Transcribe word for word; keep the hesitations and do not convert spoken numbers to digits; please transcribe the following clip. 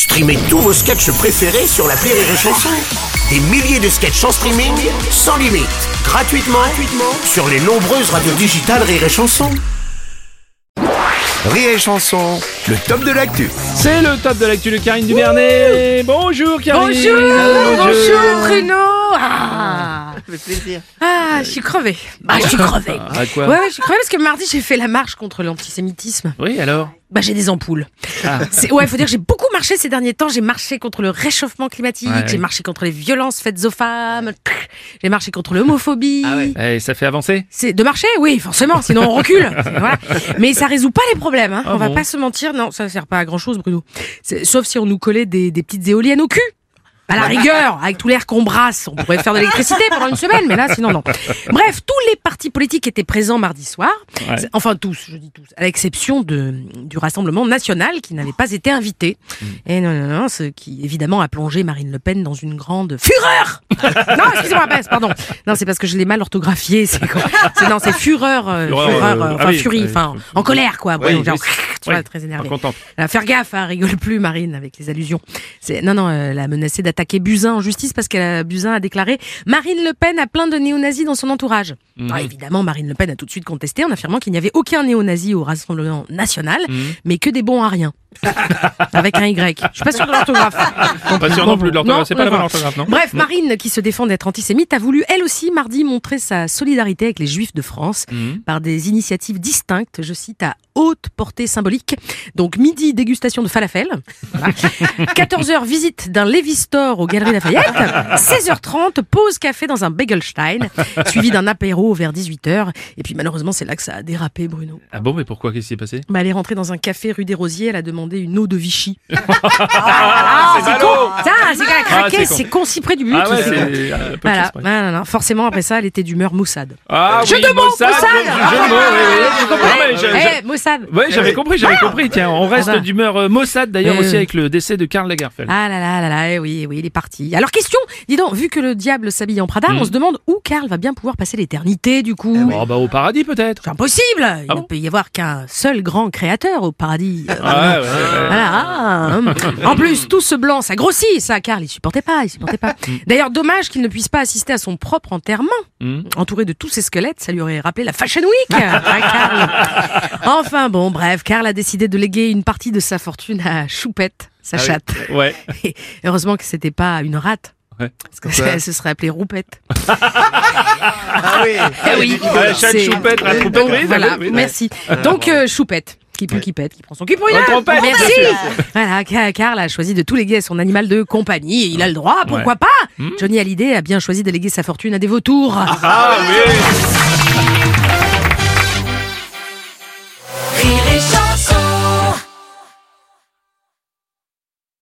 Streamez tous vos sketchs préférés sur l'appli Rire et Chanson. Des milliers de sketchs en streaming, sans limite, gratuitement, gratuitement sur les nombreuses radios digitales Rire et Chanson. Rire et Chanson, le top de l'actu. C'est le top de l'actu de Karine Dubernet. Bonjour Karine. Bonjour, bonjour, bonjour Bruno. Ah, Ça fait plaisir. ah je suis crevée. Ah, je suis crevée. Ah, quoi? Ouais, ouais, je suis crevée parce que mardi j'ai fait la marche contre l'antisémitisme. Oui, alors? Bah j'ai des ampoules. Ah. C'est, ouais, faut dire que j'ai beaucoup marché ces derniers temps. J'ai marché contre le réchauffement climatique, Ouais, j'ai ouais. marché contre les violences faites aux femmes, j'ai marché contre l'homophobie. Ah ouais. Eh, ça fait avancer? C'est de marcher, oui, forcément, sinon on recule. Voilà. Mais ça résout pas les problèmes, hein. Ah on va bon pas se mentir, non, ça sert pas à grand chose, Bruno. C'est- sauf si on nous collait des, des petites éoliennes au cul. À la rigueur, avec tout l'air qu'on brasse, on pourrait faire de l'électricité pendant une semaine, mais là, sinon, non. Bref, tous les partis politiques étaient présents mardi soir. Ouais. Enfin, tous, je dis tous. À l'exception de, du Rassemblement National, qui n'avait pas été invité. Et non, non, non, ce qui, évidemment, a plongé Marine Le Pen dans une grande fureur! Non, excusez-moi, baisse, pardon. Non, c'est parce que je l'ai mal orthographié. C'est quoi c'est, non, c'est fureur, euh, Fureur, fureur, euh, euh, ah enfin, oui, furie, euh, enfin, en colère, quoi. oui, Bruno, genre, oui, tu vois, oui. très énervé. Pas contente. Euh, faire gaffe, hein, rigole plus Marine avec les allusions. C'est, non, non, euh, elle a menacé d'attaquer Buzyn en justice parce que Buzyn a déclaré Marine Le Pen a plein de néo-nazis dans son entourage. Mhm. Ah, évidemment, Marine Le Pen a tout de suite contesté en affirmant qu'il n'y avait aucun néo-nazi au Rassemblement National, Mhm. mais que des bons à rien. Avec un Y. Je suis pas sûre de l'orthographe. Pas sûr non plus de l'orthographe. Non, C'est pas la non, bonne non. orthographe, non? Bref, Marine, qui se défend d'être antisémite, a voulu elle aussi mardi montrer sa solidarité avec les Juifs de France Mhm. par des initiatives distinctes, je cite, à haute portée symbolique. Donc midi, dégustation de falafel. Voilà. quatorze heures, visite d'un Levi Store aux Galeries Lafayette. seize heures trente, pause café dans un Begelstein, suivi d'un apéro vers dix-huit heures. Et puis malheureusement, c'est là que ça a dérapé, Bruno. Ah bon, mais pourquoi? Qu'est-ce qui s'est passé? Bah, elle est rentrée dans un café rue des Rosiers, elle a demandé une eau de Vichy. Ah, c'est con. ballot! Ça, c'est qu'elle a Ah, craqué, c'est con. c'est con si près du but. Ah ouais, c'est con. c'est... euh, peu Voilà, exprès. non, non, non. Forcément, après ça, elle était d'humeur maussade. Ah Jeu oui, de mots, Mossad, Mossad. jeu de mots, oui, oui. Non, mais je- je- Eh, maussade. Ouais, j'avais compris, j'avais compris. Tiens, on reste Ah bah. d'humeur euh, Mossad d'ailleurs Euh. aussi avec le décès de Karl Lagerfeld. Ah là là là là, eh oui, eh oui, il est parti. Alors question, dis donc, vu que le diable s'habille en Prada, Mm. on se demande où Karl va bien pouvoir passer l'éternité du coup. Oh bah au paradis peut-être. C'est impossible. Il Ah ne bon peut y avoir qu'un seul grand créateur au paradis. Euh, Ah ouais, ouais, ouais. Voilà. ah, hum. En plus, tout ce blanc, ça grossit, ça, Karl, il supportait pas, il supportait pas. D'ailleurs, dommage qu'il ne puisse pas assister à son propre enterrement. Mm. Entouré de tous ces squelettes, ça lui aurait rappelé la Fashion Week. Hein, Karl. Enfin bon, bref, Karl a décidé de léguer une partie de sa fortune à Choupette, sa Ah oui. chatte. Ouais. Et heureusement que c'était pas une rate. Ouais. Parce que ça, se serait appelé Roupette. Ah oui. Eh oui, La chatte c'est- Choupette, la trompette, Donc, oui, voilà, oui, oui. merci. Donc euh, Choupette. Qui pue, qui pète, qui prend son cul pour une En heure. trompette, Merci. bien sûr. Voilà, Ka- Karl a choisi de tout léguer à son animal de compagnie. Et il a le droit, pourquoi Ouais. pas Johnny Hallyday a bien choisi de léguer sa fortune à des vautours. Ah oui.